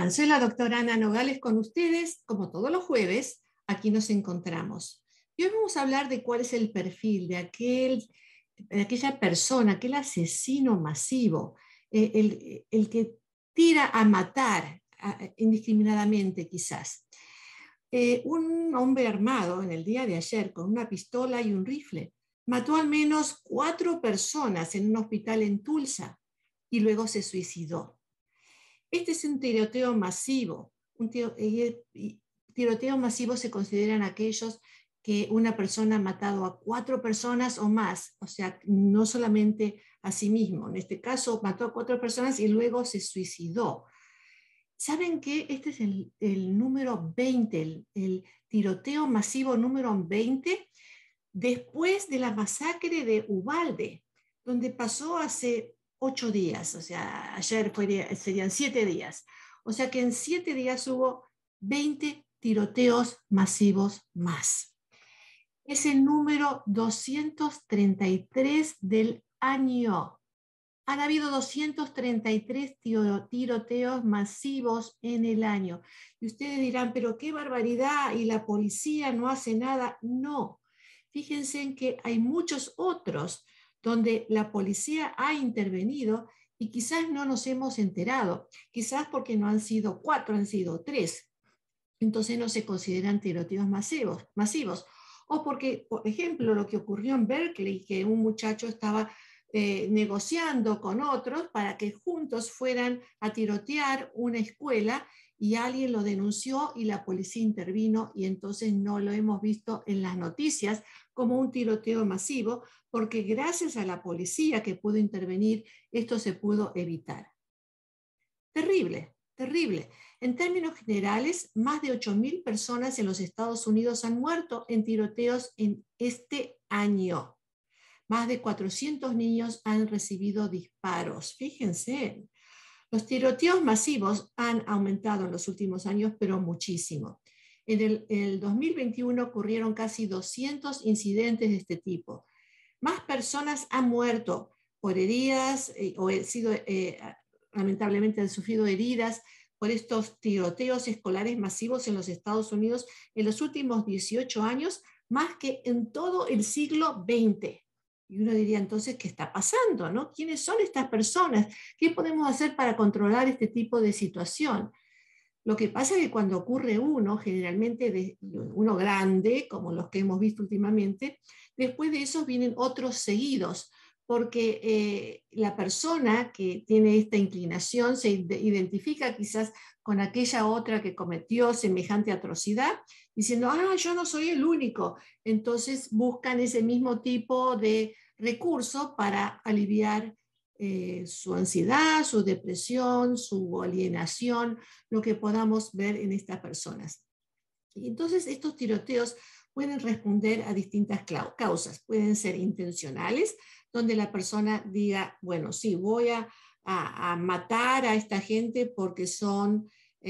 están? Soy la doctora Ana Nogales con ustedes, como todos los jueves, aquí nos encontramos. Y hoy vamos a hablar de cuál es el perfil de aquella persona, aquel asesino masivo, el que tira a matar indiscriminadamente quizás. Un hombre armado en el día de ayer con una pistola y un rifle mató al menos 4 personas en un hospital en Tulsa y luego se suicidó. Este es un tiroteo masivo. Tiroteo masivo se consideran aquellos que una persona ha matado a 4 personas o más, o sea, no solamente a sí mismo. En este caso, mató a 4 personas y luego se suicidó. ¿Saben qué? Este es el número 20, el tiroteo masivo número 20, después de la masacre de Uvalde, donde pasó hace 8 días, o sea, ayer serían 7 días. O sea que en 7 días hubo 20 tiroteos masivos más. Es el número 233 del año. Han habido 233 tiroteos masivos en el año. Y ustedes dirán, pero qué barbaridad, y la policía no hace nada. No, fíjense en que hay muchos otros donde la policía ha intervenido y quizás no nos hemos enterado, quizás porque no han sido 4, han sido 3. Entonces no se consideran tiroteos masivos. O porque, por ejemplo, lo que ocurrió en Berkeley, que un muchacho estaba negociando con otros para que juntos fueran a tirotear una escuela y alguien lo denunció y la policía intervino y entonces no lo hemos visto en las noticias como un tiroteo masivo, porque gracias a la policía que pudo intervenir, esto se pudo evitar. Terrible, terrible. En términos generales, más de 8.000 personas en los Estados Unidos han muerto en tiroteos en este año. Más de 400 niños han recibido disparos. Fíjense, los tiroteos masivos han aumentado en los últimos años, pero muchísimo. En el 2021 ocurrieron casi 200 incidentes de este tipo. Más personas han muerto por heridas o lamentablemente han sufrido heridas por estos tiroteos escolares masivos en los Estados Unidos en los últimos 18 años, más que en todo el siglo XX. Y uno diría entonces, ¿qué está pasando? ¿No? ¿Quiénes son estas personas? ¿Qué podemos hacer para controlar este tipo de situación? Lo que pasa es que cuando ocurre uno, generalmente uno grande, como los que hemos visto últimamente, después de esos vienen otros seguidos, porque la persona que tiene esta inclinación se identifica quizás con aquella otra que cometió semejante atrocidad, diciendo, yo no soy el único. Entonces buscan ese mismo tipo de recurso para aliviar su ansiedad, su depresión, su alienación, lo que podamos ver en estas personas. Y entonces estos tiroteos pueden responder a distintas causas. Pueden ser intencionales, donde la persona diga, bueno, sí, voy a matar a esta gente porque son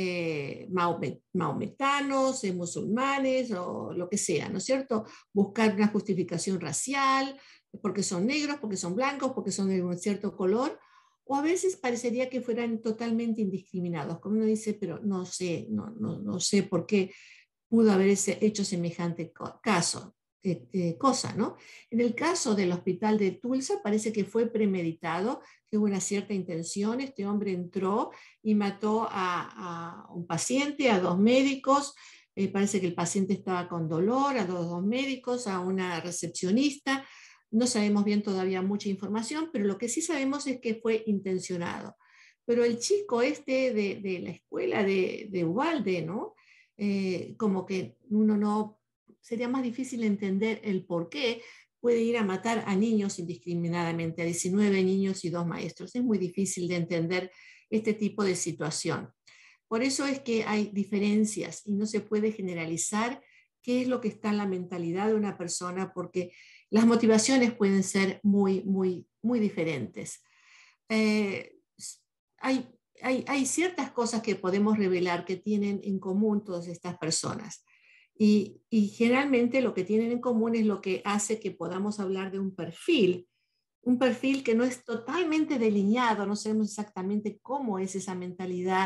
maometanos, musulmanes o lo que sea, ¿no es cierto? Buscar una justificación racial, porque son negros, porque son blancos, porque son de un cierto color, o a veces parecería que fueran totalmente indiscriminados, como uno dice, pero no sé, no sé por qué pudo haber hecho semejante cosa, ¿no? En el caso del hospital de Tulsa parece que fue premeditado, que hubo una cierta intención. Este hombre entró y mató a un paciente, a 2 médicos, parece que el paciente estaba con dolor, a los 2 médicos, a una recepcionista. No sabemos bien todavía mucha información, pero lo que sí sabemos es que fue intencionado. Pero el chico este de la escuela de Uvalde, ¿no? Como que uno no, sería más difícil entender el por qué puede ir a matar a niños indiscriminadamente, a 19 niños y 2 maestros. Es muy difícil de entender este tipo de situación. Por eso es que hay diferencias y no se puede generalizar qué es lo que está en la mentalidad de una persona, porque las motivaciones pueden ser muy diferentes. Eh, hay hay ciertas cosas que podemos revelar que tienen en común todas estas personas. Y generalmente lo que tienen en común es lo que hace que podamos hablar de un perfil que no es totalmente delineado, no sabemos exactamente cómo es esa mentalidad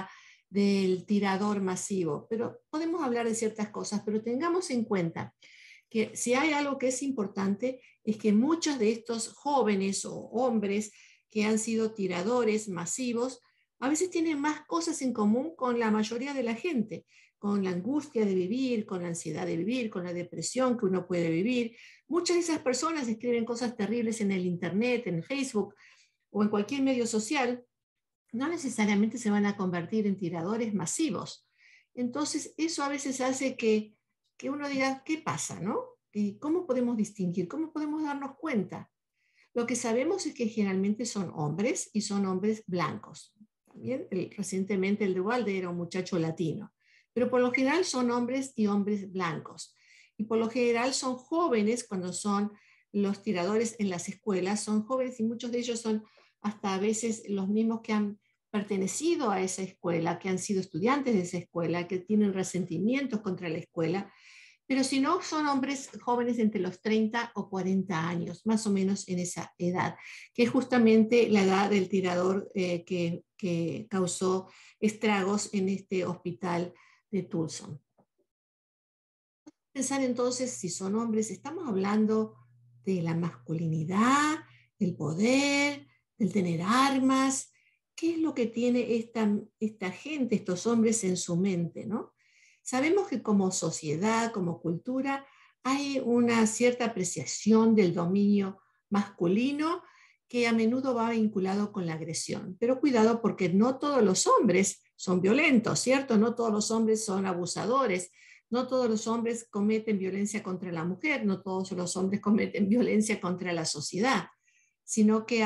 del tirador masivo, pero podemos hablar de ciertas cosas, pero tengamos en cuenta que si hay algo que es importante es que muchos de estos jóvenes o hombres que han sido tiradores masivos a veces tienen más cosas en común con la mayoría de la gente, con la angustia de vivir, con la ansiedad de vivir, con la depresión que uno puede vivir. Muchas de esas personas escriben cosas terribles en el Internet, en Facebook o en cualquier medio social, no necesariamente se van a convertir en tiradores masivos. Entonces, eso a veces hace que uno diga, ¿qué pasa, no? ¿Y cómo podemos distinguir? ¿Cómo podemos darnos cuenta? Lo que sabemos es que generalmente son hombres y son hombres blancos. También recientemente el de Uvalde era un muchacho latino, pero por lo general son hombres y hombres blancos. Y por lo general son jóvenes cuando son los tiradores en las escuelas, son jóvenes y muchos de ellos son hasta a veces los mismos que han pertenecido a esa escuela, que han sido estudiantes de esa escuela, que tienen resentimientos contra la escuela, pero si no, son hombres jóvenes entre los 30 o 40 años, más o menos en esa edad, que es justamente la edad del tirador que causó estragos en este hospital de Tulsa. Pensar entonces, si son hombres, estamos hablando de la masculinidad, del poder, del tener armas. ¿Qué es lo que tiene esta gente, estos hombres en su mente, ¿no? Sabemos que como sociedad, como cultura, hay una cierta apreciación del dominio masculino que a menudo va vinculado con la agresión. Pero cuidado porque no todos los hombres son violentos, ¿cierto? No todos los hombres son abusadores, no todos los hombres cometen violencia contra la mujer, no todos los hombres cometen violencia contra la sociedad, sino que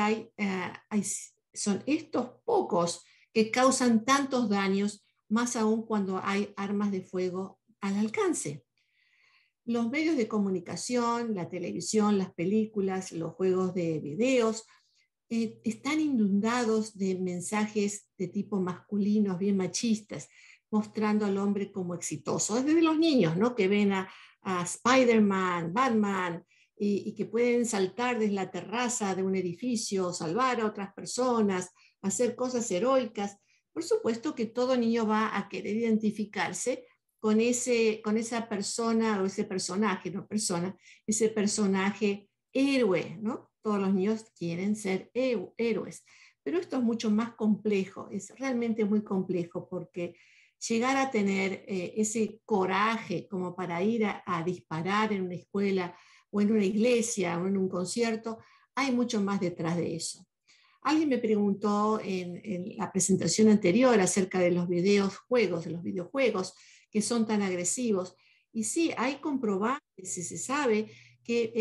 son estos pocos que causan tantos daños, más aún cuando hay armas de fuego al alcance. Los medios de comunicación, la televisión, las películas, los juegos de videos, están inundados de mensajes de tipo masculinos, bien machistas, mostrando al hombre como exitoso. Desde los niños, ¿no? Que ven a Spider-Man, Batman, y que pueden saltar desde la terraza de un edificio, salvar a otras personas, hacer cosas heroicas. Por supuesto que todo niño va a querer identificarse con esa persona o ese personaje, no persona, ese personaje héroe, ¿no? Todos los niños quieren ser héroes, pero esto es mucho más complejo, es realmente muy complejo porque llegar a tener ese coraje como para ir a disparar en una escuela o en una iglesia o en un concierto, hay mucho más detrás de eso. Alguien me preguntó en la presentación anterior acerca de los videojuegos, que son tan agresivos. Y sí, hay comprobantes, se sabe que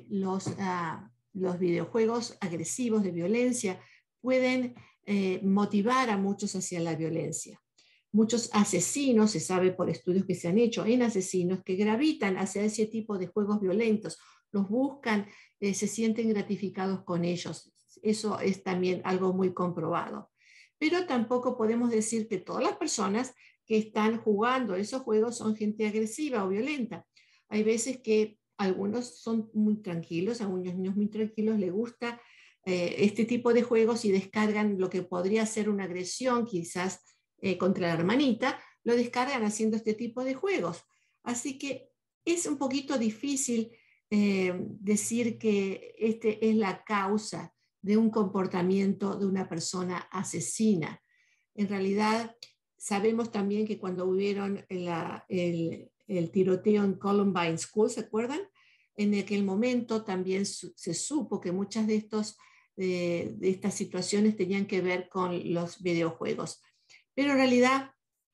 los videojuegos agresivos de violencia pueden motivar a muchos hacia la violencia. Muchos asesinos, se sabe por estudios que se han hecho en asesinos, que gravitan hacia ese tipo de juegos violentos, los buscan, se sienten gratificados con ellos. Eso es también algo muy comprobado. Pero tampoco podemos decir que todas las personas que están jugando esos juegos son gente agresiva o violenta. Hay veces que algunos son muy tranquilos, a unos niños muy tranquilos les gusta este tipo de juegos y descargan lo que podría ser una agresión quizás contra la hermanita, lo descargan haciendo este tipo de juegos. Así que es un poquito difícil decir que este es la causa de un comportamiento de una persona asesina. En realidad, sabemos también que cuando hubieron el tiroteo en Columbine School, ¿se acuerdan? En aquel momento también se supo que muchas de estas situaciones tenían que ver con los videojuegos. Pero en realidad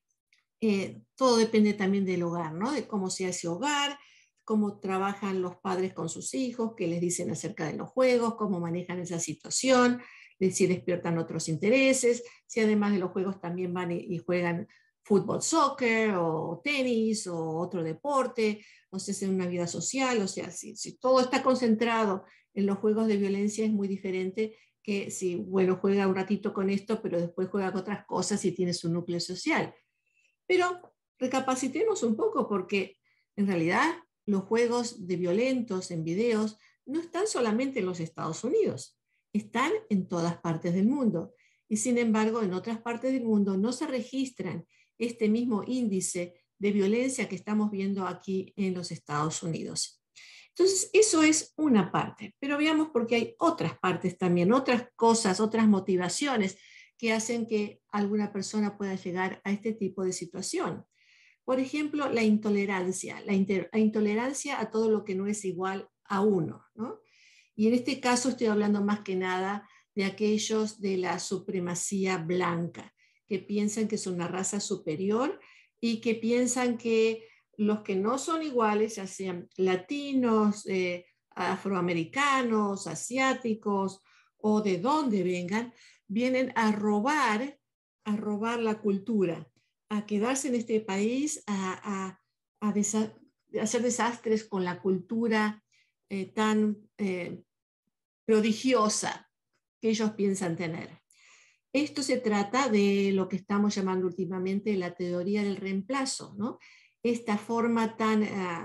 todo depende también del hogar, ¿no? De cómo sea ese hogar, cómo trabajan los padres con sus hijos, qué les dicen acerca de los juegos, cómo manejan esa situación, si despiertan otros intereses, si además de los juegos también van y juegan fútbol, soccer o tenis o otro deporte, o si es en una vida social, o sea, si todo está concentrado en los juegos de violencia es muy diferente que si, bueno, juega un ratito con esto, pero después juega con otras cosas y tiene su núcleo social. Pero recapacitemos un poco porque en realidad los juegos de violentos en videos no están solamente en los Estados Unidos, están en todas partes del mundo. y sin embargo en otras partes del mundo no se registran este mismo índice de violencia que estamos viendo aquí en los Estados Unidos. Entonces, eso es una parte, pero veamos porque hay otras partes también, otras cosas, otras motivaciones que hacen que alguna persona pueda llegar a este tipo de situación. Por ejemplo, la intolerancia, la intolerancia a todo lo que no es igual a uno, ¿no? Y en este caso estoy hablando más que nada de aquellos de la supremacía blanca, que piensan que son una raza superior y que piensan que los que no son iguales, ya sean latinos, afroamericanos, asiáticos o de donde vengan, vienen a robar la cultura, a quedarse en este país, a hacer desastres con la cultura tan prodigiosa que ellos piensan tener. Esto se trata de lo que estamos llamando últimamente la teoría del reemplazo, ¿no? Esta forma tan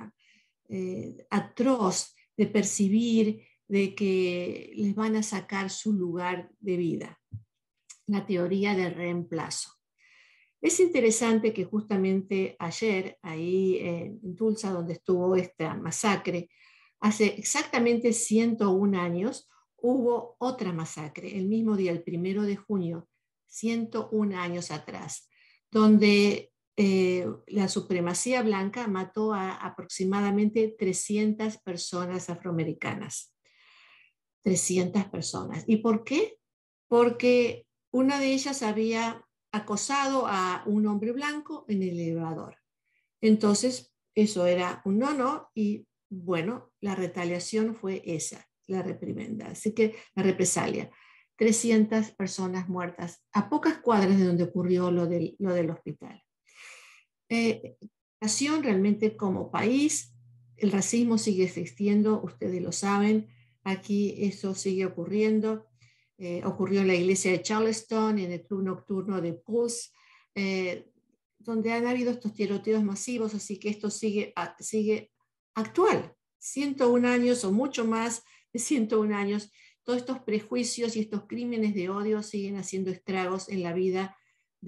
atroz de percibir de que les van a sacar su lugar de vida, la teoría del reemplazo. Es interesante que justamente ayer, ahí en Tulsa, donde estuvo esta masacre, hace exactamente 101 años, hubo otra masacre, el mismo día, el 1 de junio, 101 años atrás, donde la supremacía blanca mató a aproximadamente 300 personas afroamericanas. 300 personas. ¿Y por qué? Porque una de ellas había acosado a un hombre blanco en el elevador. Entonces, eso era un no y bueno, la retaliación fue esa, la reprimenda. Así que la represalia. 300 personas muertas a pocas cuadras de donde ocurrió lo del hospital. Nación realmente como país, el racismo sigue existiendo, ustedes lo saben, aquí eso sigue ocurriendo. Ocurrió en la iglesia de Charleston, en el club nocturno de Pulse, donde han habido estos tiroteos masivos, así que esto sigue actual. 101 años o mucho más de 101 años, todos estos prejuicios y estos crímenes de odio siguen haciendo estragos en la vida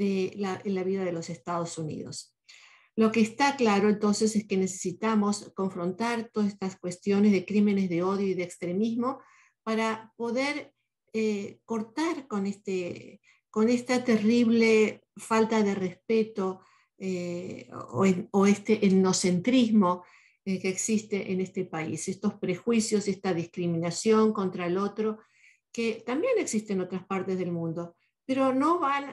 de los Estados Unidos. Lo que está claro entonces es que necesitamos confrontar todas estas cuestiones de crímenes de odio y de extremismo para poder cortar con esta terrible falta de respeto o este etnocentrismo que existe en este país, estos prejuicios, esta discriminación contra el otro, que también existe en otras partes del mundo, pero no van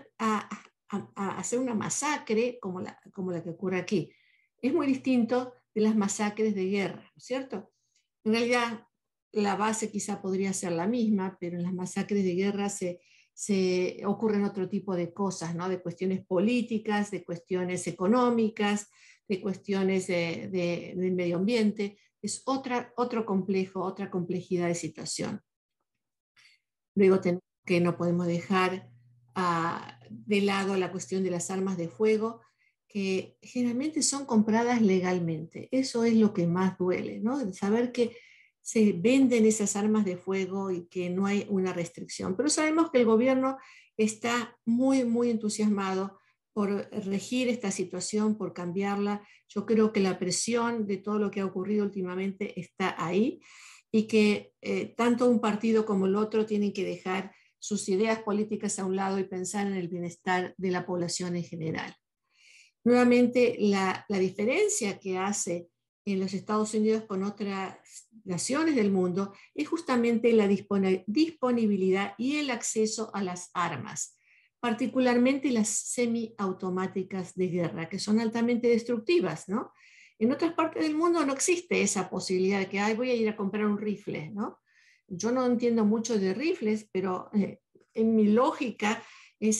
a hacer una masacre como la que ocurre aquí. Es muy distinto de las masacres de guerra, ¿no es cierto? En realidad, la base quizá podría ser la misma, pero en las masacres de guerra se ocurren otro tipo de cosas, ¿no? De cuestiones políticas, de cuestiones económicas, de cuestiones del medio ambiente. Es otro complejo, otra complejidad de situación. Luego tenemos que no podemos dejar de lado la cuestión de las armas de fuego, que generalmente son compradas legalmente. Eso es lo que más duele, ¿no? Saber que se venden esas armas de fuego y que no hay una restricción. Pero sabemos que el gobierno está muy, muy entusiasmado por regir esta situación, por cambiarla. Yo creo que la presión de todo lo que ha ocurrido últimamente está ahí y que tanto un partido como el otro tienen que dejar sus ideas políticas a un lado y pensar en el bienestar de la población en general. Nuevamente, la diferencia que hace en los Estados Unidos con otras naciones del mundo es justamente la disponibilidad y el acceso a las armas, particularmente las semiautomáticas de guerra, que son altamente destructivas, ¿no? En otras partes del mundo no existe esa posibilidad de que voy a ir a comprar un rifle, ¿no? Yo no entiendo mucho de rifles, pero en mi lógica es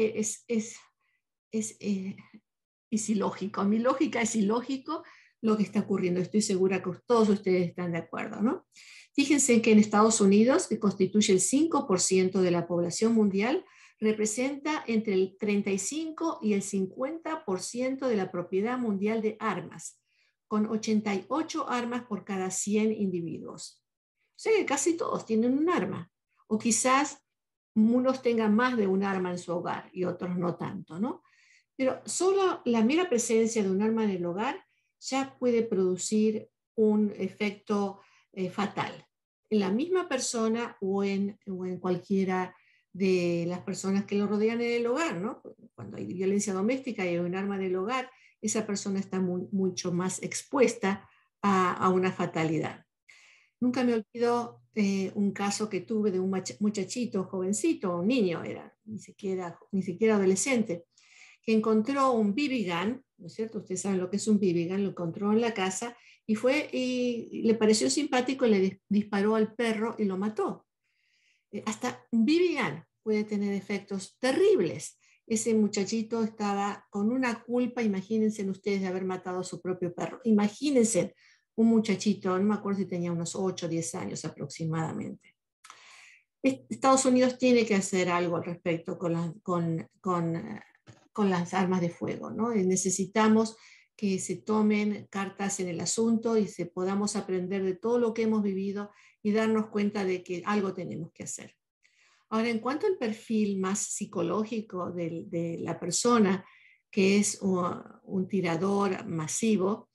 ilógico. Mi lógica es ilógico lo que está ocurriendo. Estoy segura que todos ustedes están de acuerdo, ¿no? Fíjense que en Estados Unidos, que constituye el 5% de la población mundial, representa entre el 35 y el 50% de la propiedad mundial de armas, con 88 armas por cada 100 individuos. O sea que casi todos tienen un arma, o quizás unos tengan más de un arma en su hogar y otros no tanto, ¿no? Pero solo la mera presencia de un arma en el hogar ya puede producir un efecto fatal en la misma persona o en cualquiera de las personas que lo rodean en el hogar, ¿no? Cuando hay violencia doméstica y hay un arma en el hogar, esa persona está mucho más expuesta a una fatalidad. Nunca me olvido un caso que tuve de un muchachito, jovencito, un niño era, ni siquiera adolescente, que encontró un BB gun, ¿no es cierto? Ustedes saben lo que es un BB gun, lo encontró en la casa y fue y le pareció simpático, le disparó al perro y lo mató. Hasta un BB gun puede tener efectos terribles. Ese muchachito estaba con una culpa, imagínense ustedes, de haber matado a su propio perro. Imagínense un muchachito, no me acuerdo si tenía unos 8 o 10 años aproximadamente. Estados Unidos tiene que hacer algo al respecto con las armas de fuego, ¿no? Necesitamos que se tomen cartas en el asunto y se podamos aprender de todo lo que hemos vivido y darnos cuenta de que algo tenemos que hacer. Ahora, en cuanto al perfil más psicológico de la persona que es un tirador masivo,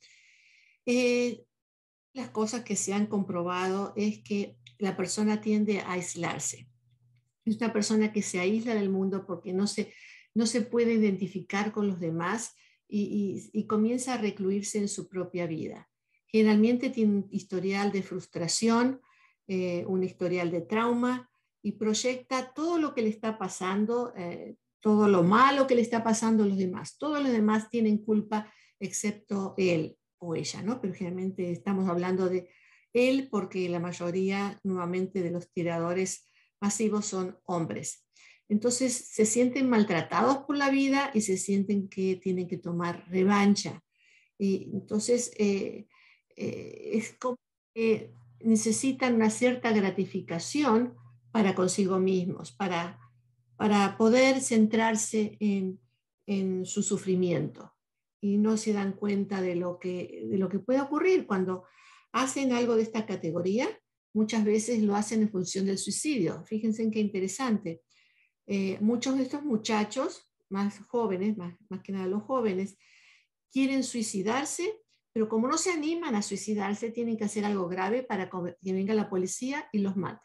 las cosas que se han comprobado es que la persona tiende a aislarse. Es una persona que se aísla del mundo porque no se puede identificar con los demás y comienza a recluirse en su propia vida. Generalmente tiene un historial de frustración, un historial de trauma y proyecta todo lo que le está pasando, todo lo malo que le está pasando a los demás. Todos los demás tienen culpa excepto él o ella, ¿no? Pero generalmente estamos hablando de él porque la mayoría nuevamente de los tiradores masivos son hombres. Entonces se sienten maltratados por la vida y se sienten que tienen que tomar revancha. Y entonces es como que necesitan una cierta gratificación para consigo mismos, para poder centrarse en su sufrimiento. Y no se dan cuenta de lo que puede ocurrir cuando hacen algo de esta categoría. Muchas veces lo hacen en función del suicidio. Fíjense qué interesante. Muchos de estos muchachos más jóvenes, más que nada los jóvenes, quieren suicidarse, pero como no se animan a suicidarse, tienen que hacer algo grave para que venga la policía y los mate.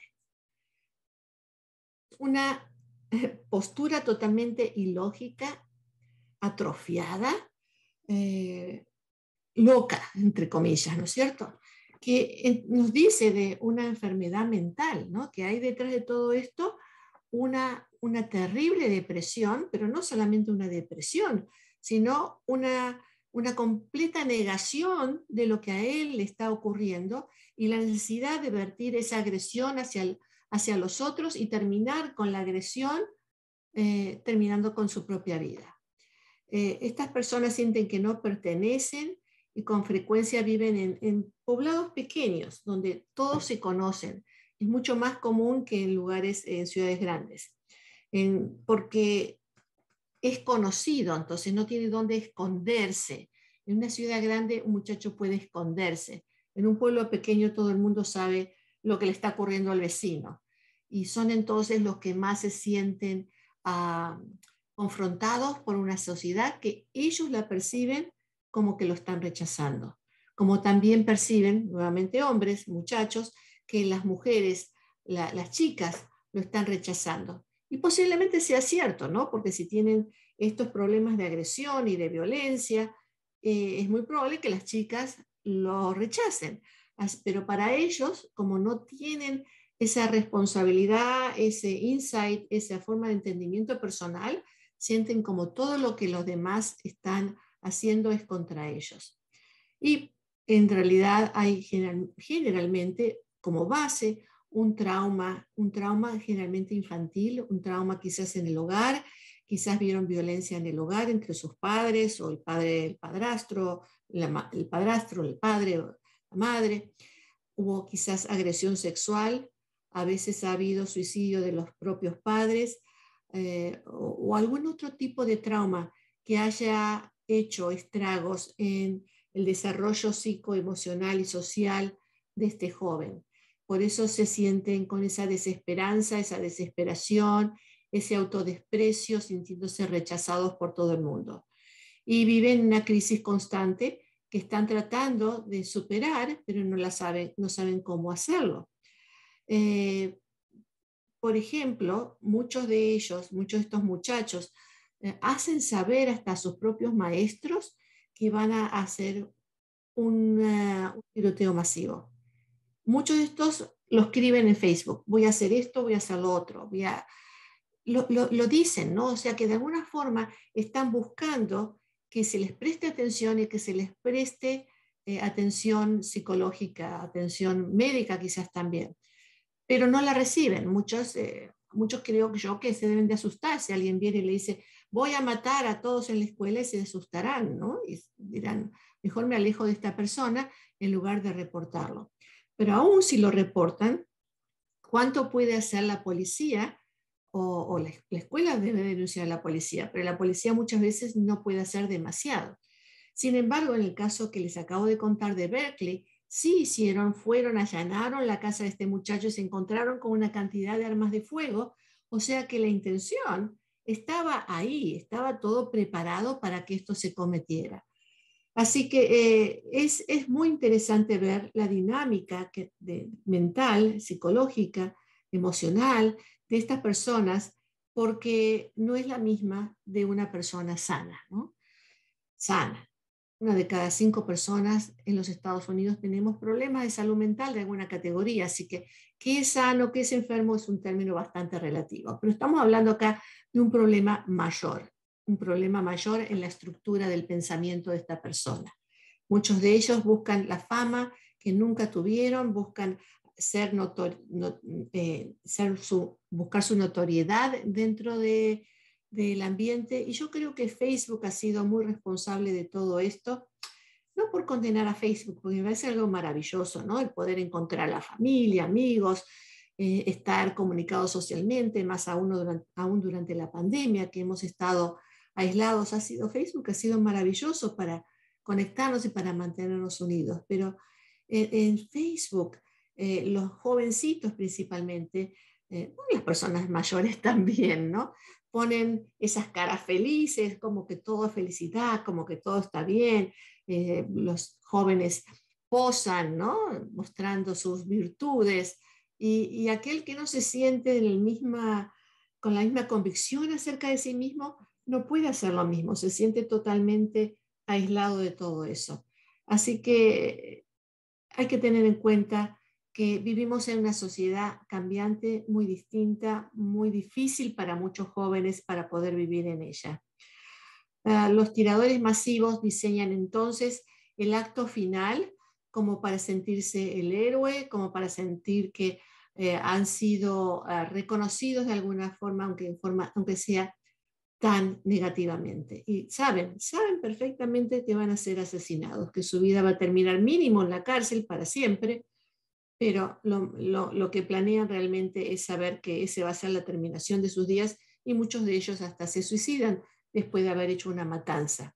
Una postura totalmente ilógica, atrofiada, loca, entre comillas, ¿no es cierto? Que nos dice de una enfermedad mental, ¿no? Que hay detrás de todo esto una terrible depresión, pero no solamente una depresión, sino una completa negación de lo que a él le está ocurriendo y la necesidad de vertir esa agresión hacia los otros y terminar con la agresión, terminando con su propia vida. Estas personas sienten que no pertenecen y con frecuencia viven en poblados pequeños, donde todos se conocen. Es mucho más común que en lugares, en ciudades grandes, porque es conocido, entonces no tiene dónde esconderse. En una ciudad grande un muchacho puede esconderse. En un pueblo pequeño todo el mundo sabe lo que le está ocurriendo al vecino. Y son entonces los que más se sienten confrontados por una sociedad que ellos la perciben como que lo están rechazando. Como también perciben, nuevamente hombres, muchachos, que las mujeres, las chicas, lo están rechazando. Y posiblemente sea cierto, ¿no? Porque si tienen estos problemas de agresión y de violencia, es muy probable que las chicas lo rechacen. Pero para ellos, como no tienen esa responsabilidad, ese insight, esa forma de entendimiento personal, sienten como todo lo que los demás están haciendo es contra ellos. Y en realidad hay generalmente como base un trauma generalmente infantil, un trauma quizás en el hogar, quizás vieron violencia en el hogar entre sus padres o el padre, el padrastro, el padrastro, el padre o la madre. Hubo quizás agresión sexual, a veces ha habido suicidio de los propios padres o algún otro tipo de trauma que haya hecho estragos en el desarrollo psicoemocional y social de este joven. por eso se sienten con esa desesperanza, esa desesperación, ese autodesprecio, sintiéndose rechazados por todo el mundo. Y viven una crisis constante que están tratando de superar, pero no saben cómo hacerlo. Eh, por ejemplo, muchos de ellos, muchos de estos muchachos, hacen saber hasta a sus propios maestros que van a hacer un tiroteo masivo. Muchos de estos lo escriben en Facebook, voy a hacer esto, voy a hacer lo otro, lo dicen, ¿no? O sea que de alguna forma están buscando que se les preste atención y que se les preste atención psicológica, atención médica quizás también, pero no la reciben. Muchos creo yo que se deben de asustar si alguien viene y le dice, voy a matar a todos en la escuela, y se asustarán, ¿no? Y dirán, mejor me alejo de esta persona en lugar de reportarlo. Pero aún si lo reportan, ¿cuánto puede hacer la policía? O la escuela debe denunciar a la policía, pero la policía muchas veces no puede hacer demasiado. Sin embargo, en el caso que les acabo de contar de Berkeley, sí hicieron, fueron, allanaron la casa de este muchacho y se encontraron con una cantidad de armas de fuego, o sea que la intención estaba ahí, estaba todo preparado para que esto se cometiera. Así que es muy interesante ver la dinámica mental, psicológica, emocional de estas personas, porque no es la misma de una persona sana, ¿no? Sana. Una de cada 5 personas en los Estados Unidos tenemos problemas de salud mental de alguna categoría, así que qué es sano, qué es enfermo es un término bastante relativo, pero estamos hablando acá de un problema mayor en la estructura del pensamiento de esta persona. Muchos de ellos buscan la fama que nunca tuvieron, buscan buscar su notoriedad dentro del ambiente, y yo creo que Facebook ha sido muy responsable de todo esto, no por condenar a Facebook, porque me parece algo maravilloso, ¿no? El poder encontrar a la familia, amigos, estar comunicados socialmente, más aún durante la pandemia que hemos estado aislados, Facebook ha sido maravilloso para conectarnos y para mantenernos unidos, pero en Facebook, los jovencitos principalmente, las personas mayores también, ¿no? Ponen esas caras felices, como que todo es felicidad, como que todo está bien. Los jóvenes posan, ¿no? Mostrando sus virtudes, y aquel que no se siente con la misma convicción acerca de sí mismo no puede hacer lo mismo, se siente totalmente aislado de todo eso. Así que hay que tener en cuenta que vivimos en una sociedad cambiante, muy distinta, muy difícil para muchos jóvenes para poder vivir en ella. Los tiradores masivos diseñan entonces el acto final como para sentirse el héroe, como para sentir que han sido reconocidos de alguna forma, aunque sea tan negativamente. Y saben perfectamente que van a ser asesinados, que su vida va a terminar mínimo en la cárcel para siempre, pero lo que planean realmente es saber que ese va a ser la terminación de sus días, y muchos de ellos hasta se suicidan después de haber hecho una matanza.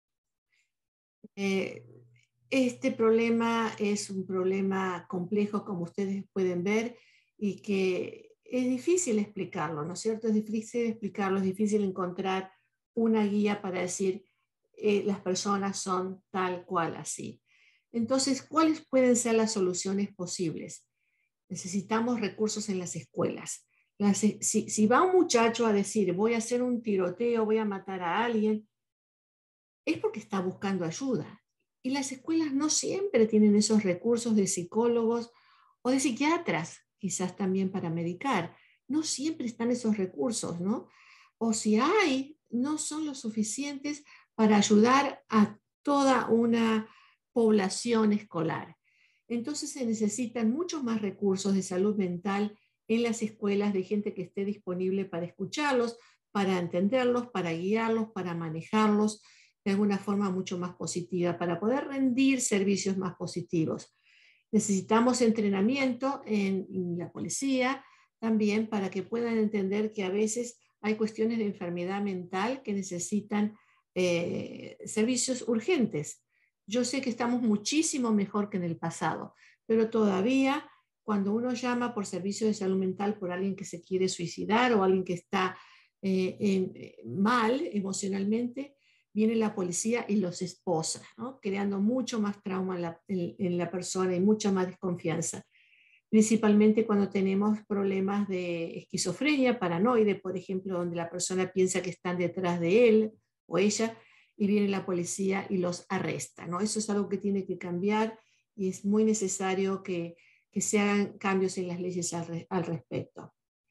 Eh, este problema es un problema complejo, como ustedes pueden ver, y que es difícil explicarlo, ¿no es cierto? Es difícil explicarlo, es difícil encontrar una guía para decir las personas son tal cual así. Entonces, ¿cuáles pueden ser las soluciones posibles? Necesitamos recursos en las escuelas. Si va un muchacho a decir, voy a hacer un tiroteo, voy a matar a alguien, es porque está buscando ayuda. Y las escuelas no siempre tienen esos recursos de psicólogos o de psiquiatras, quizás también para medicar. No siempre están esos recursos, ¿no? O si hay, no son los suficientes para ayudar a toda una población escolar. Entonces se necesitan muchos más recursos de salud mental en las escuelas, de gente que esté disponible para escucharlos, para entenderlos, para guiarlos, para manejarlos de alguna forma mucho más positiva, para poder rendir servicios más positivos. Necesitamos entrenamiento en la policía también para que puedan entender que a veces hay cuestiones de enfermedad mental que necesitan servicios urgentes. Yo sé que estamos muchísimo mejor que en el pasado, pero todavía cuando uno llama por servicio de salud mental por alguien que se quiere suicidar o alguien que está mal emocionalmente, viene la policía y los esposa, ¿no? Creando mucho más trauma en la persona y mucha más desconfianza. Principalmente cuando tenemos problemas de esquizofrenia, paranoide, por ejemplo, donde la persona piensa que están detrás de él o ella y viene la policía y los arresta, ¿no? Eso es algo que tiene que cambiar y es muy necesario que se hagan cambios en las leyes al respecto.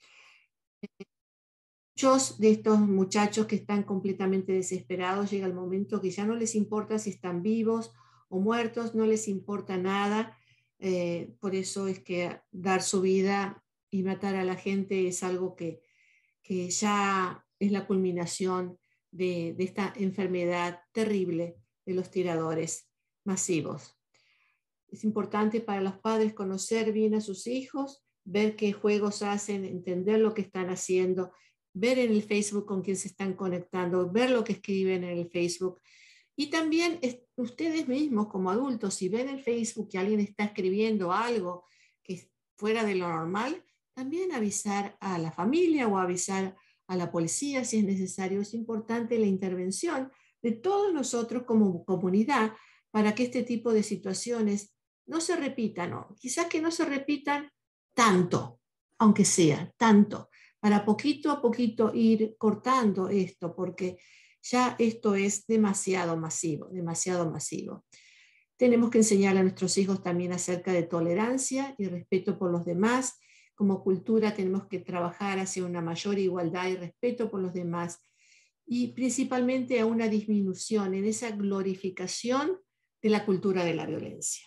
Muchos de estos muchachos que están completamente desesperados, llega el momento que ya no les importa si están vivos o muertos, no les importa nada. Por eso es que dar su vida y matar a la gente es algo que ya es la culminación de esta enfermedad terrible de los tiradores masivos. Es importante para los padres conocer bien a sus hijos, ver qué juegos hacen, entender lo que están haciendo, ver en el Facebook con quién se están conectando, ver lo que escriben en el Facebook. Y también ustedes mismos como adultos, si ven en Facebook que alguien está escribiendo algo que es fuera de lo normal, también avisar a la familia o avisar a la policía si es necesario. Es importante la intervención de todos nosotros como comunidad para que este tipo de situaciones no se repitan, ¿no? Quizás que no se repitan tanto, aunque sea tanto, para poquito a poquito ir cortando esto, porque ya esto es demasiado masivo, demasiado masivo. Tenemos que enseñar a nuestros hijos también acerca de tolerancia y respeto por los demás. Como cultura tenemos que trabajar hacia una mayor igualdad y respeto por los demás y principalmente a una disminución en esa glorificación de la cultura de la violencia.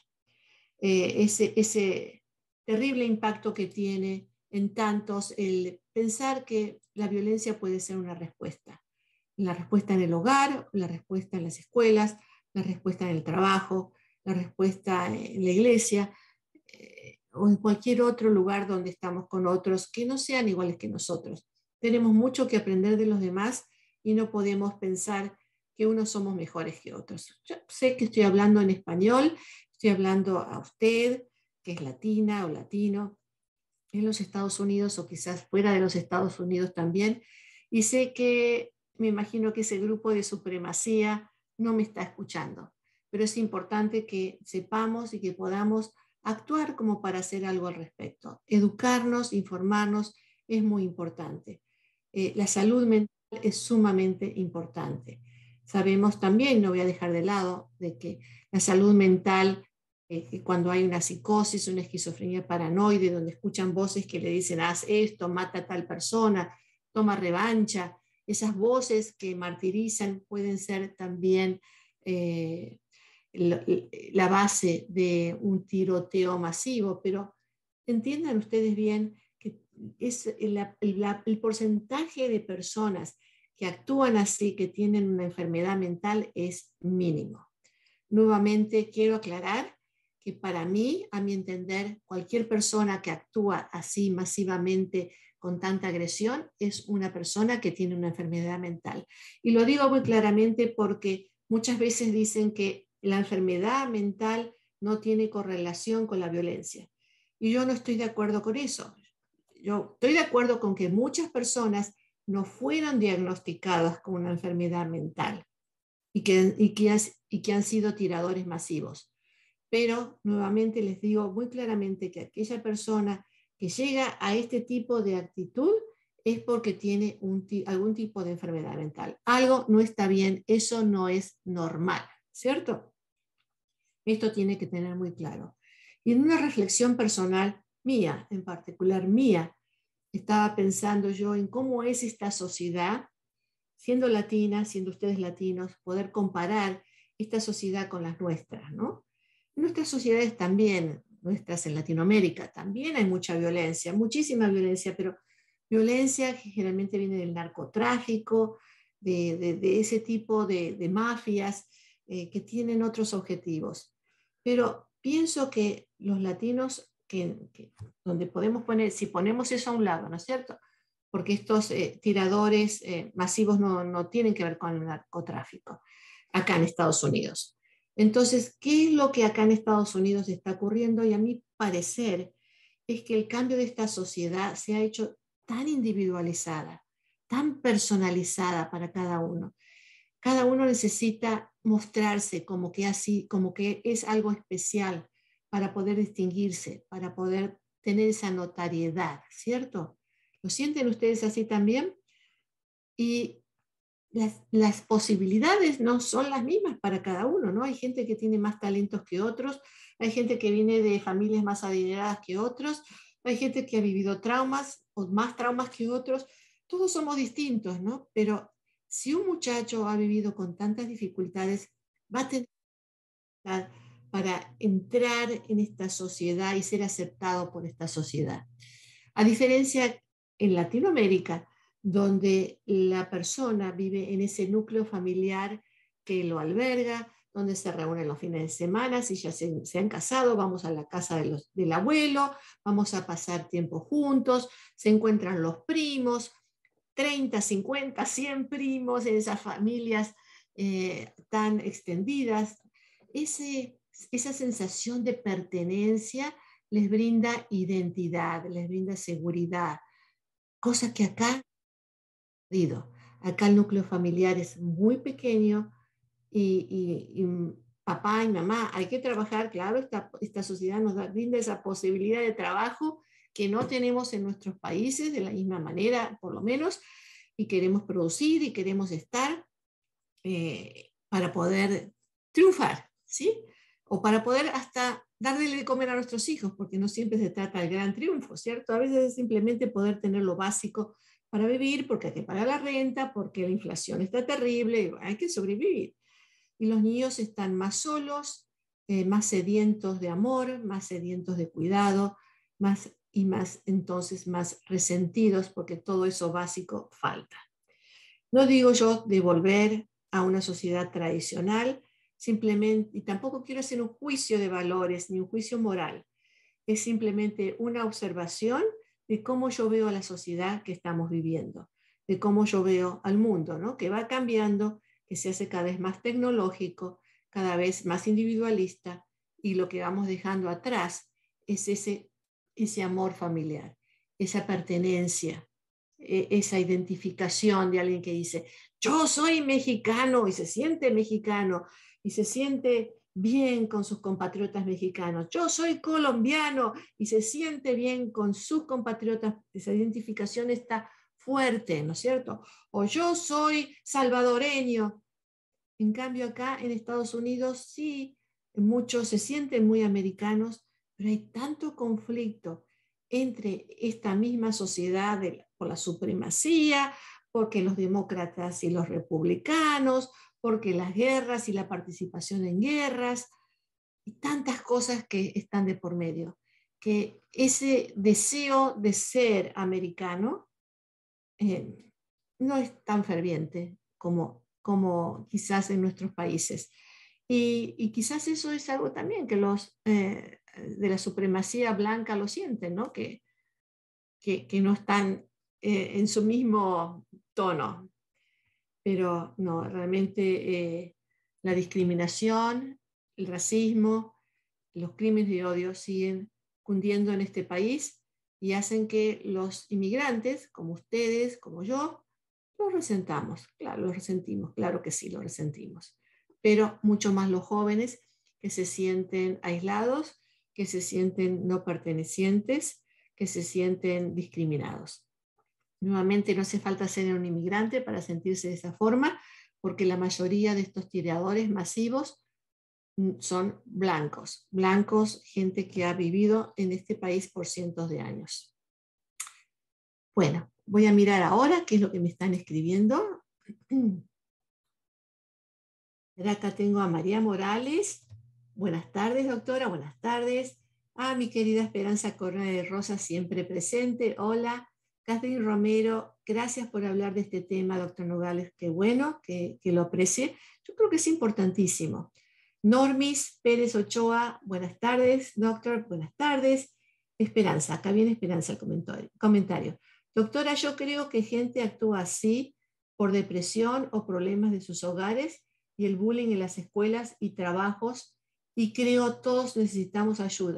Ese terrible impacto que tiene en tantos el pensar que la violencia puede ser una respuesta. La respuesta en el hogar, la respuesta en las escuelas, la respuesta en el trabajo, la respuesta en la iglesia o en cualquier otro lugar donde estamos con otros que no sean iguales que nosotros. Tenemos mucho que aprender de los demás y no podemos pensar que unos somos mejores que otros. Yo sé que estoy hablando en español, estoy hablando a usted, que es latina o latino, en los Estados Unidos o quizás fuera de los Estados Unidos también, y sé que me imagino que ese grupo de supremacía no me está escuchando, pero es importante que sepamos y que podamos actuar como para hacer algo al respecto. Educarnos, informarnos es muy importante. La salud mental es sumamente importante. Sabemos también, no voy a dejar de lado, de que la salud mental cuando hay una psicosis, una esquizofrenia paranoide, donde escuchan voces que le dicen, haz esto, mata a tal persona, toma revancha, esas voces que martirizan pueden ser también la base de un tiroteo masivo, pero entiendan ustedes bien que es el porcentaje de personas que actúan así, que tienen una enfermedad mental, es mínimo. Nuevamente quiero aclarar que para mí, a mi entender, cualquier persona que actúa así masivamente con tanta agresión es una persona que tiene una enfermedad mental. Y lo digo muy claramente porque muchas veces dicen que la enfermedad mental no tiene correlación con la violencia. Y yo no estoy de acuerdo con eso. Yo estoy de acuerdo con que muchas personas no fueron diagnosticadas con una enfermedad mental y que han sido tiradores masivos. Pero nuevamente les digo muy claramente que aquella persona que llega a este tipo de actitud es porque tiene algún tipo de enfermedad mental. Algo no está bien, eso no es normal, ¿cierto? Esto tiene que tener muy claro. Y en una reflexión personal mía, en particular mía, estaba pensando yo en cómo es esta sociedad, siendo latina, siendo ustedes latinos, poder comparar esta sociedad con las nuestras, ¿no? Nuestras sociedades también, nuestras en Latinoamérica, también hay mucha violencia, muchísima violencia, pero violencia que generalmente viene del narcotráfico, de ese tipo de mafias que tienen otros objetivos. Pero pienso que los latinos, donde podemos poner, si ponemos eso a un lado, ¿no es cierto? Porque estos tiradores masivos no tienen que ver con el narcotráfico acá en Estados Unidos. Entonces, ¿qué es lo que acá en Estados Unidos está ocurriendo? Y a mi parecer es que el cambio de esta sociedad se ha hecho tan individualizada, tan personalizada para cada uno. Cada uno necesita mostrarse como que así, como que es algo especial para poder distinguirse, para poder tener esa notariedad, ¿cierto? ¿Lo sienten ustedes así también? Y las posibilidades no son las mismas para cada uno, ¿no? Hay gente que tiene más talentos que otros, hay gente que viene de familias más adineradas que otros, hay gente que ha vivido traumas o más traumas que otros. Todos somos distintos, ¿no? Pero si un muchacho ha vivido con tantas dificultades, va a tener para entrar en esta sociedad y ser aceptado por esta sociedad. A diferencia en Latinoamérica, donde la persona vive en ese núcleo familiar que lo alberga, donde se reúnen los fines de semana, si ya se han casado, vamos a la casa del abuelo, vamos a pasar tiempo juntos, se encuentran los primos, 30, 50, 100 primos en esas familias tan extendidas. Esa sensación de pertenencia les brinda identidad, les brinda seguridad, cosa que acá, acá el núcleo familiar es muy pequeño y papá y mamá, hay que trabajar, claro, esta sociedad nos brinda esa posibilidad de trabajo que no tenemos en nuestros países de la misma manera, por lo menos, y queremos producir y queremos estar para poder triunfar, ¿sí? O para poder hasta darle de comer a nuestros hijos, porque no siempre se trata del gran triunfo, ¿cierto? A veces es simplemente poder tener lo básico para vivir, porque hay que pagar la renta, porque la inflación está terrible, y hay que sobrevivir. Y los niños están más solos, más sedientos de amor, más sedientos de cuidado, más entonces más resentidos porque todo eso básico falta. No digo yo de volver a una sociedad tradicional, simplemente, y tampoco quiero hacer un juicio de valores ni un juicio moral, es simplemente una observación de cómo yo veo a la sociedad que estamos viviendo, de cómo yo veo al mundo, ¿no? Que va cambiando, que se hace cada vez más tecnológico, cada vez más individualista, y lo que vamos dejando atrás es ese amor familiar, esa pertenencia, esa identificación de alguien que dice, yo soy mexicano y se siente mexicano y se siente bien con sus compatriotas mexicanos. Yo soy colombiano y se siente bien con sus compatriotas. Esa identificación está fuerte, ¿no es cierto? O yo soy salvadoreño. En cambio, acá en Estados Unidos sí, muchos se sienten muy americanos, pero hay tanto conflicto entre esta misma sociedad por la supremacía, porque los demócratas y los republicanos, porque las guerras y la participación en guerras, y tantas cosas que están de por medio, que ese deseo de ser americano no es tan ferviente como quizás en nuestros países. Y quizás eso es algo también que los de la supremacía blanca lo sienten, ¿no? Que no están en su mismo tono. Pero no, realmente la discriminación, el racismo, los crímenes de odio siguen cundiendo en este país y hacen que los inmigrantes, como ustedes, como yo, los resentamos. Claro, los resentimos, claro que sí, los resentimos. Pero mucho más los jóvenes que se sienten aislados, que se sienten no pertenecientes, que se sienten discriminados. Nuevamente, no hace falta ser un inmigrante para sentirse de esa forma, porque la mayoría de estos tiradores masivos son blancos, blancos, gente que ha vivido en este país por cientos de años. Bueno, voy a mirar ahora qué es lo que me están escribiendo. Acá tengo a María Morales. Buenas tardes, doctora. Buenas tardes. A mi querida Esperanza Correa de Rosa, siempre presente. Hola. Catherine Romero, gracias por hablar de este tema, doctor Nogales. Qué bueno que lo aprecie. Yo creo que es importantísimo. Normis Pérez Ochoa, buenas tardes, doctor. Buenas tardes. Esperanza, acá viene Esperanza el comentario. Doctora, yo creo que gente actúa así por depresión o problemas de sus hogares y el bullying en las escuelas y trabajos, y creo todos necesitamos ayuda,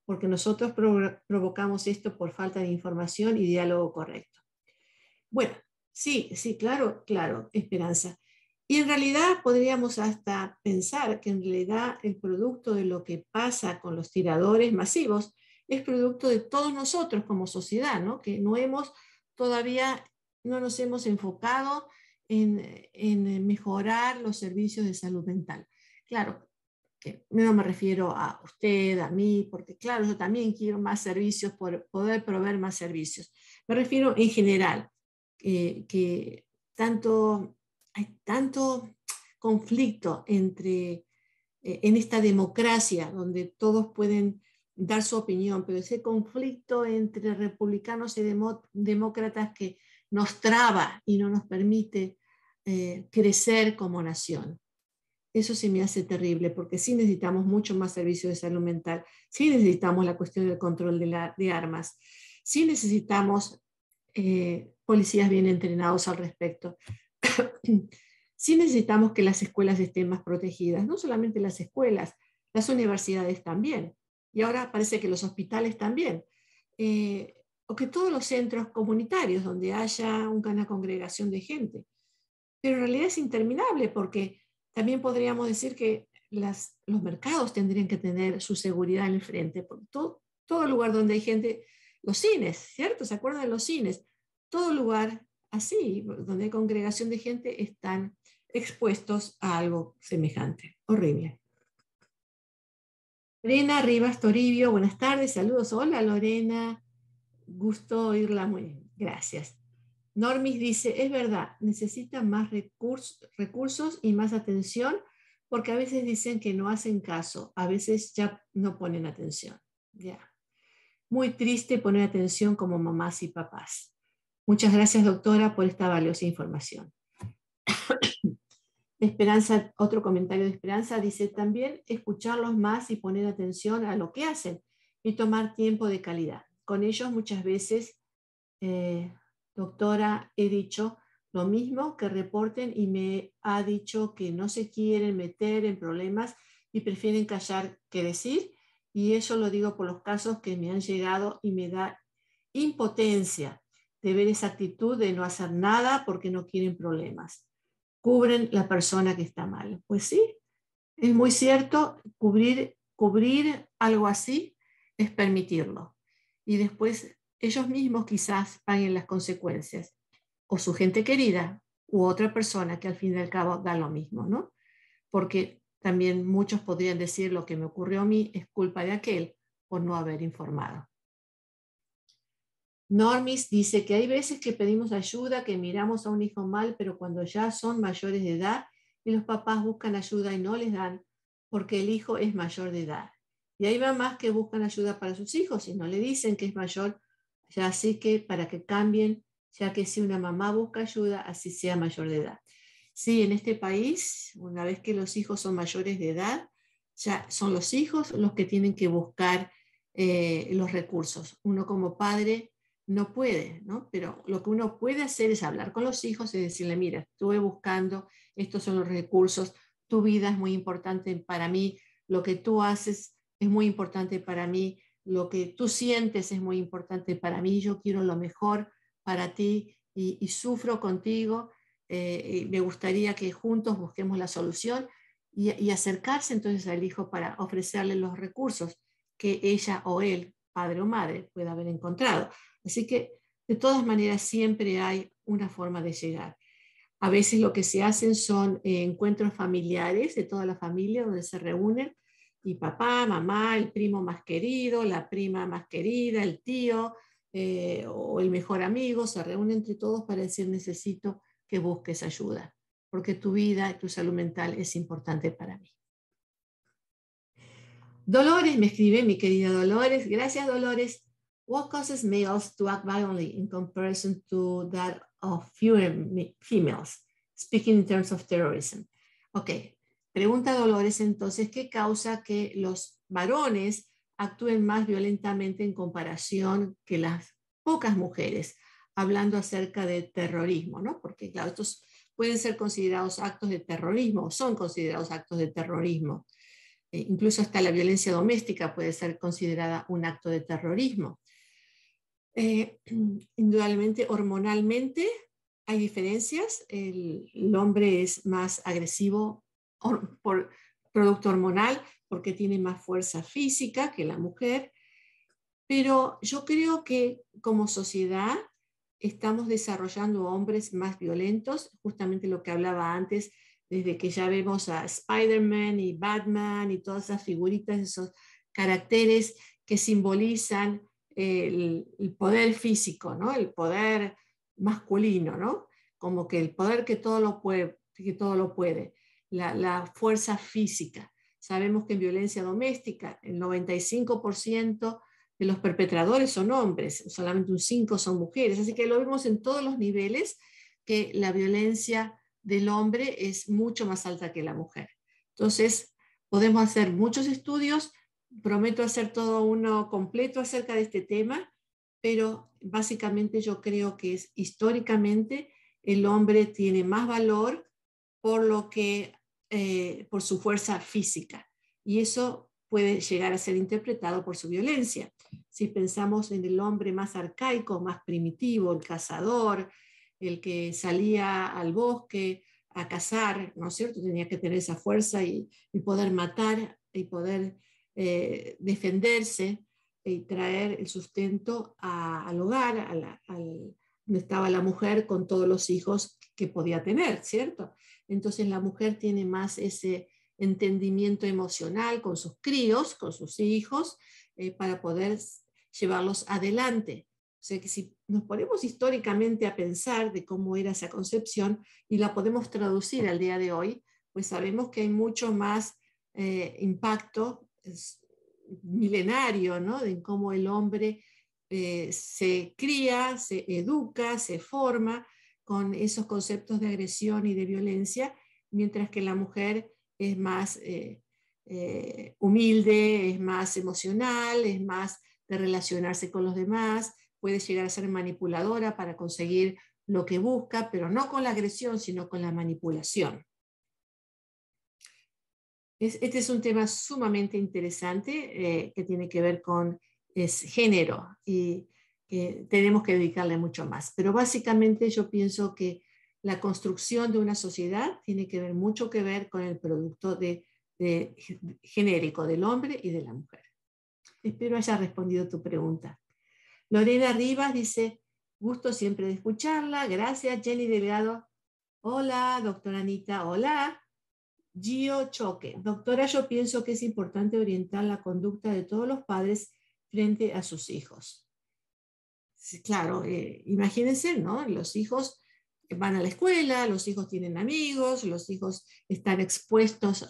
porque nosotros provocamos esto por falta de información y diálogo correcto. Bueno, sí, sí, claro, claro, Esperanza. Y en realidad podríamos hasta pensar que en realidad el producto de lo que pasa con los tiradores masivos es producto de todos nosotros como sociedad, ¿no? Que todavía no nos hemos enfocado en mejorar los servicios de salud mental. Claro, que no me refiero a usted, a mí, porque claro, yo también quiero más servicios, por poder proveer más servicios. Me refiero en general, que hay tanto conflicto en esta democracia donde todos pueden dar su opinión, pero ese conflicto entre republicanos y demócratas que nos traba y no nos permite crecer como nación. Eso se me hace terrible, porque sí necesitamos mucho más servicios de salud mental, sí necesitamos la cuestión del control de armas, sí necesitamos policías bien entrenados al respecto. Sí necesitamos que las escuelas estén más protegidas, no solamente las escuelas, las universidades también, y ahora parece que los hospitales también, o que todos los centros comunitarios donde haya una congregación de gente. Pero en realidad es interminable, porque también podríamos decir que los mercados tendrían que tener su seguridad en el frente, porque todo lugar donde hay gente, los cines, ¿cierto? ¿Se acuerdan de los cines? Todo lugar así, donde hay congregación de gente, están expuestos a algo semejante. Horrible. Lorena Rivas Toribio, buenas tardes, saludos. Hola Lorena, gusto oírla, muy bien, gracias. Normis dice, es verdad, necesitan más recursos y más atención, porque a veces dicen que no hacen caso, a veces ya no ponen atención. Ya. Muy triste poner atención como mamás y papás. Muchas gracias, doctora, por esta valiosa información. Esperanza, otro comentario de Esperanza, dice también escucharlos más y poner atención a lo que hacen y tomar tiempo de calidad. Con ellos muchas veces, doctora, he dicho lo mismo, que reporten, y me ha dicho que no se quieren meter en problemas y prefieren callar que decir, y eso lo digo por los casos que me han llegado y me da impotencia de ver esa actitud de no hacer nada porque no quieren problemas. Cubren la persona que está mal. Pues sí, es muy cierto, cubrir algo así es permitirlo. Y después ellos mismos quizás paguen las consecuencias, o su gente querida, u otra persona que al fin y al cabo da lo mismo, ¿no? Porque también muchos podrían decir, lo que me ocurrió a mí es culpa de aquel por no haber informado. Normis dice que hay veces que pedimos ayuda, que miramos a un hijo mal, pero cuando ya son mayores de edad y los papás buscan ayuda y no les dan porque el hijo es mayor de edad. Y hay mamás que buscan ayuda para sus hijos y no le dicen que es mayor, ya así que para que cambien, ya que si una mamá busca ayuda, así sea mayor de edad. Sí, en este país, una vez que los hijos son mayores de edad, ya son los hijos los que tienen que buscar los recursos. Uno como padre no puede, ¿no? Pero lo que uno puede hacer es hablar con los hijos y decirle, mira, estuve buscando, estos son los recursos, tu vida es muy importante para mí, lo que tú haces es muy importante para mí, lo que tú sientes es muy importante para mí, yo quiero lo mejor para ti y sufro contigo, y me gustaría que juntos busquemos la solución y acercarse entonces al hijo para ofrecerle los recursos que ella o él, padre o madre, pueda haber encontrado. Así que de todas maneras siempre hay una forma de llegar. A veces lo que se hacen son encuentros familiares de toda la familia donde se reúnen y papá, mamá, el primo más querido, la prima más querida, el tío o el mejor amigo, se reúnen entre todos para decir necesito que busques ayuda, porque tu vida y tu salud mental es importante para mí. Dolores me escribe, mi querida Dolores. Gracias, Dolores. What causes males to act violently in comparison to that of fewer females? Speaking in terms of terrorism. Ok, pregunta Dolores entonces, ¿qué causa que los varones actúen más violentamente en comparación que las pocas mujeres? Hablando acerca de terrorismo, ¿no? Porque claro, estos pueden ser considerados actos de terrorismo, son considerados actos de terrorismo. incluso hasta la violencia doméstica puede ser considerada un acto de terrorismo. Indudablemente, hormonalmente hay diferencias. El hombre es más agresivo por producto hormonal porque tiene más fuerza física que la mujer, pero yo creo que como sociedad estamos desarrollando hombres más violentos, justamente lo que hablaba antes, desde que ya vemos a Spider-Man y Batman y todas esas figuritas, esos caracteres que simbolizan el poder físico, ¿no? El poder masculino, ¿no? Como que el poder que todo lo puede, la fuerza física. Sabemos que en violencia doméstica el 95% de los perpetradores son hombres, solamente un 5% son mujeres, así que lo vemos en todos los niveles que la violencia del hombre es mucho más alta que la mujer. Entonces, podemos hacer muchos estudios, prometo hacer todo uno completo acerca de este tema, pero básicamente yo creo que es históricamente el hombre tiene más valor por lo que, por su fuerza física, y eso puede llegar a ser interpretado por su violencia. Si pensamos en el hombre más arcaico, más primitivo, el cazador, el que salía al bosque a cazar, ¿no es cierto? Tenía que tener esa fuerza y poder matar y poder defenderse y traer el sustento al hogar, donde estaba la mujer con todos los hijos que podía tener, ¿cierto? Entonces la mujer tiene más ese entendimiento emocional con sus críos, con sus hijos, para poder llevarlos adelante. O sea que si nos ponemos históricamente a pensar de cómo era esa concepción y la podemos traducir al día de hoy, pues sabemos que hay mucho más impacto milenario, ¿no? De cómo el hombre se cría, se educa, se forma con esos conceptos de agresión y de violencia, mientras que la mujer es más humilde, es más emocional, es más de relacionarse con los demás, puede llegar a ser manipuladora para conseguir lo que busca, pero no con la agresión, sino con la manipulación. Este es un tema sumamente interesante que tiene que ver con género y tenemos que dedicarle mucho más. Pero básicamente yo pienso que la construcción de una sociedad tiene que ver mucho que ver con el producto genérico del hombre y de la mujer. Espero haya respondido tu pregunta. Lorena Rivas dice, gusto siempre de escucharla. Gracias, Jenny Delgado. Hola, doctora Anita. Hola. Gio Choque. Doctora, yo pienso que es importante orientar la conducta de todos los padres frente a sus hijos. Sí, claro, imagínense, ¿no? Los hijos van a la escuela, los hijos tienen amigos, los hijos están expuestos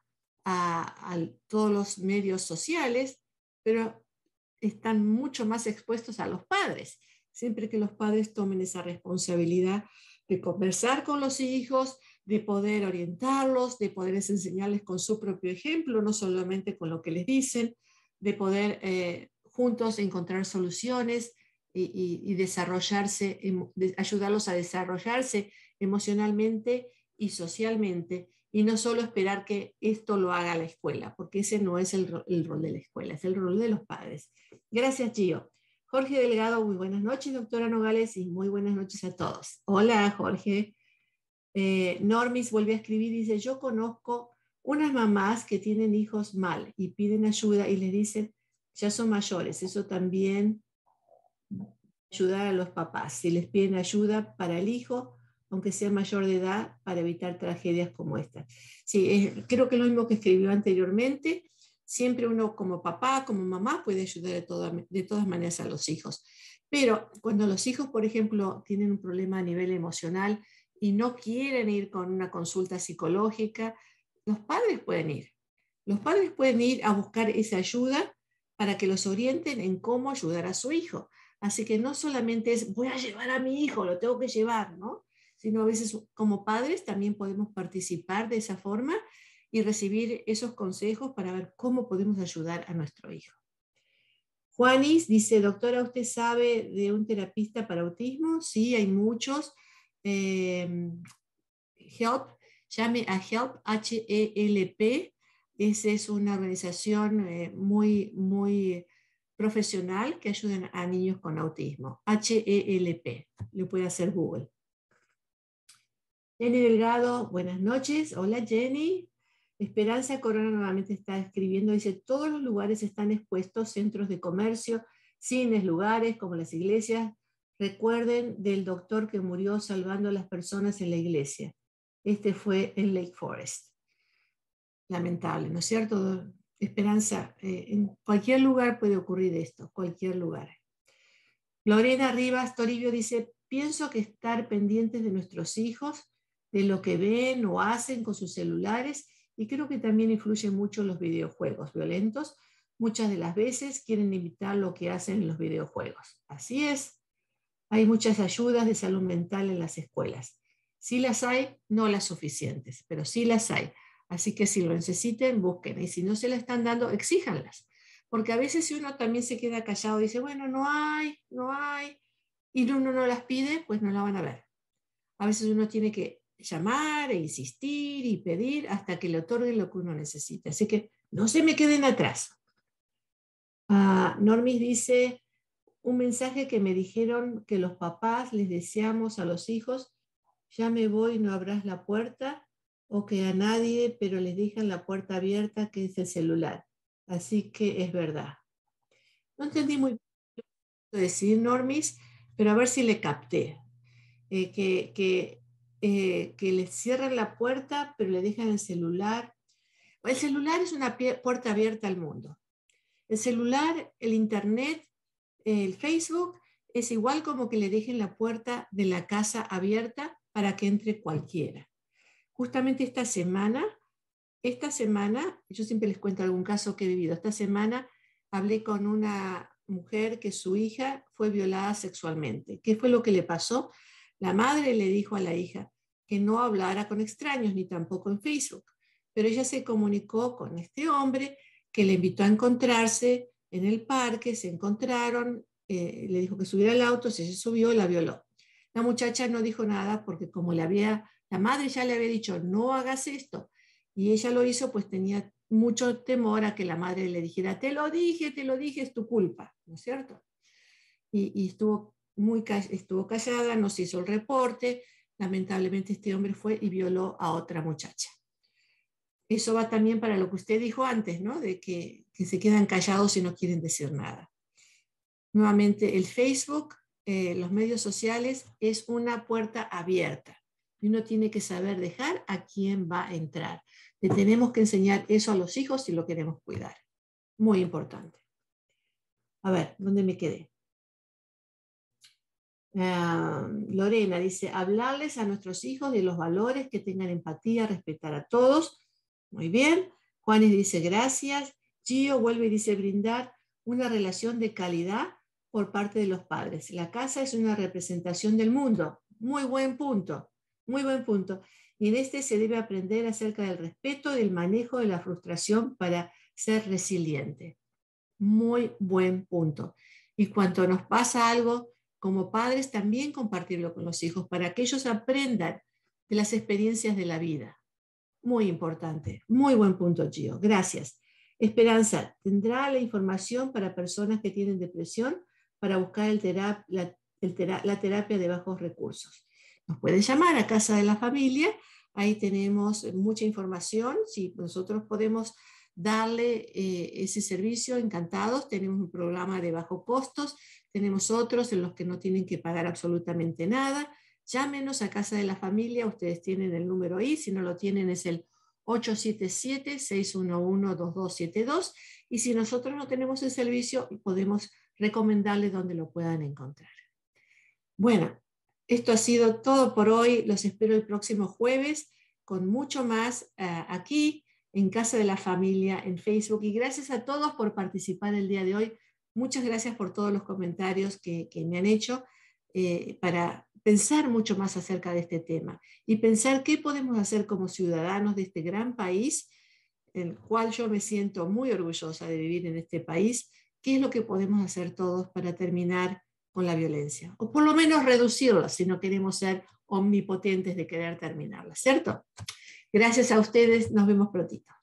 a todos los medios sociales, pero están mucho más expuestos a los padres. Siempre que los padres tomen esa responsabilidad de conversar con los hijos, de poder orientarlos, de poder enseñarles con su propio ejemplo, no solamente con lo que les dicen, de poder juntos encontrar soluciones y desarrollarse, ayudarlos a desarrollarse emocionalmente y socialmente, y no solo esperar que esto lo haga la escuela, porque ese no es el rol de la escuela, es el rol de los padres. Gracias, Gio. Jorge Delgado, muy buenas noches, doctora Nogales, y muy buenas noches a todos. Hola, Jorge. Normis vuelve a escribir, dice, yo conozco unas mamás que tienen hijos mal y piden ayuda y les dicen, ya son mayores, eso también ayudar a los papás, si les piden ayuda para el hijo, aunque sea mayor de edad, para evitar tragedias como esta. Sí, creo que lo mismo que escribió anteriormente, siempre uno como papá, como mamá, puede ayudar de todas maneras a los hijos. Pero cuando los hijos, por ejemplo, tienen un problema a nivel emocional y no quieren ir con una consulta psicológica, los padres pueden ir. Los padres pueden ir a buscar esa ayuda para que los orienten en cómo ayudar a su hijo. Así que no solamente es voy a llevar a mi hijo, lo tengo que llevar, ¿no? Sino a veces como padres también podemos participar de esa forma y recibir esos consejos para ver cómo podemos ayudar a nuestro hijo. Juanis dice, doctora, ¿usted sabe de un terapista para autismo? Sí, hay muchos. Help, llame a Help, H-E-L-P, Esa es una organización muy profesional que ayuda a niños con autismo. HELP, lo puede hacer Google. Jenny Delgado, buenas noches. Hola Jenny. Esperanza Corona nuevamente está escribiendo, dice, todos los lugares están expuestos, centros de comercio, cines, lugares como las iglesias. Recuerden del doctor que murió salvando a las personas en la iglesia. Este fue en Lake Forest. Lamentable, ¿no es cierto? Esperanza, en cualquier lugar puede ocurrir esto, cualquier lugar. Lorena Rivas Toribio dice, pienso que estar pendientes de nuestros hijos, de lo que ven o hacen con sus celulares, y creo que también influyen mucho los videojuegos violentos. Muchas de las veces quieren imitar lo que hacen en los videojuegos. Así es. Hay muchas ayudas de salud mental en las escuelas. Sí las hay, no las suficientes, pero sí las hay. Así que si lo necesiten, busquen. Y si no se las están dando, exíjanlas. Porque a veces si uno también se queda callado y dice, bueno, no hay, y uno no las pide, pues no la van a ver. A veces uno tiene que llamar e insistir y pedir hasta que le otorguen lo que uno necesita. Así que no se me queden atrás. Normis dice, un mensaje que me dijeron que los papás les deseamos a los hijos, ya me voy, no abras la puerta, o que a nadie, pero les dejan la puerta abierta, que es el celular. Así que es verdad. No entendí muy bien lo que decir, Normis, pero a ver si le capté. Que les cierran la puerta, pero le dejan el celular. El celular es una puerta abierta al mundo. El celular, el internet, el Facebook, es igual como que le dejen la puerta de la casa abierta para que entre cualquiera. Justamente esta semana, yo siempre les cuento algún caso que he vivido. Esta semana hablé con una mujer que su hija fue violada sexualmente. ¿Qué fue lo que le pasó? La madre le dijo a la hija que no hablara con extraños ni tampoco en Facebook, pero ella se comunicó con este hombre que le invitó a encontrarse en el parque, se encontraron, le dijo que subiera al auto, se subió y la violó. La muchacha no dijo nada porque como la madre ya le había dicho, no hagas esto, y ella lo hizo, pues tenía mucho temor a que la madre le dijera, te lo dije, es tu culpa, ¿no es cierto? Y estuvo callada, no se hizo el reporte, lamentablemente este hombre fue y violó a otra muchacha. Eso va también para lo que usted dijo antes, ¿no? De que se quedan callados y no quieren decir nada. Nuevamente, el Facebook, los medios sociales, es una puerta abierta. Y uno tiene que saber dejar a quién va a entrar. Le tenemos que enseñar eso a los hijos si lo queremos cuidar. Muy importante. A ver, ¿dónde me quedé? Lorena dice, hablarles a nuestros hijos de los valores, que tengan empatía, respetar a todos. Muy bien. Juanes dice, gracias. Gio vuelve y dice, brindar una relación de calidad por parte de los padres. La casa es una representación del mundo. Muy buen punto, muy buen punto. Y en este se debe aprender acerca del respeto y del manejo de la frustración para ser resiliente. Muy buen punto. Y cuando nos pasa algo, como padres, también compartirlo con los hijos para que ellos aprendan de las experiencias de la vida. Muy importante. Muy buen punto, Gio. Gracias. Esperanza, ¿tendrá la información para personas que tienen depresión para buscar la terapia de bajos recursos? Nos pueden llamar a Casa de la Familia. Ahí tenemos mucha información. Si nosotros podemos darle ese servicio, encantados. Tenemos un programa de bajo costos. Tenemos otros en los que no tienen que pagar absolutamente nada. Llámenos a Casa de la Familia, ustedes tienen el número ahí, si no lo tienen es el 877-611-2272, y si nosotros no tenemos el servicio, podemos recomendarles dónde lo puedan encontrar. Bueno, esto ha sido todo por hoy, los espero el próximo jueves con mucho más aquí en Casa de la Familia en Facebook, y gracias a todos por participar el día de hoy. Muchas gracias por todos los comentarios que me han hecho para pensar mucho más acerca de este tema y pensar qué podemos hacer como ciudadanos de este gran país, el cual yo me siento muy orgullosa de vivir en este país. ¿Qué es lo que podemos hacer todos para terminar con la violencia? O por lo menos reducirla si no queremos ser omnipotentes de querer terminarla, ¿cierto? Gracias a ustedes, nos vemos prontito.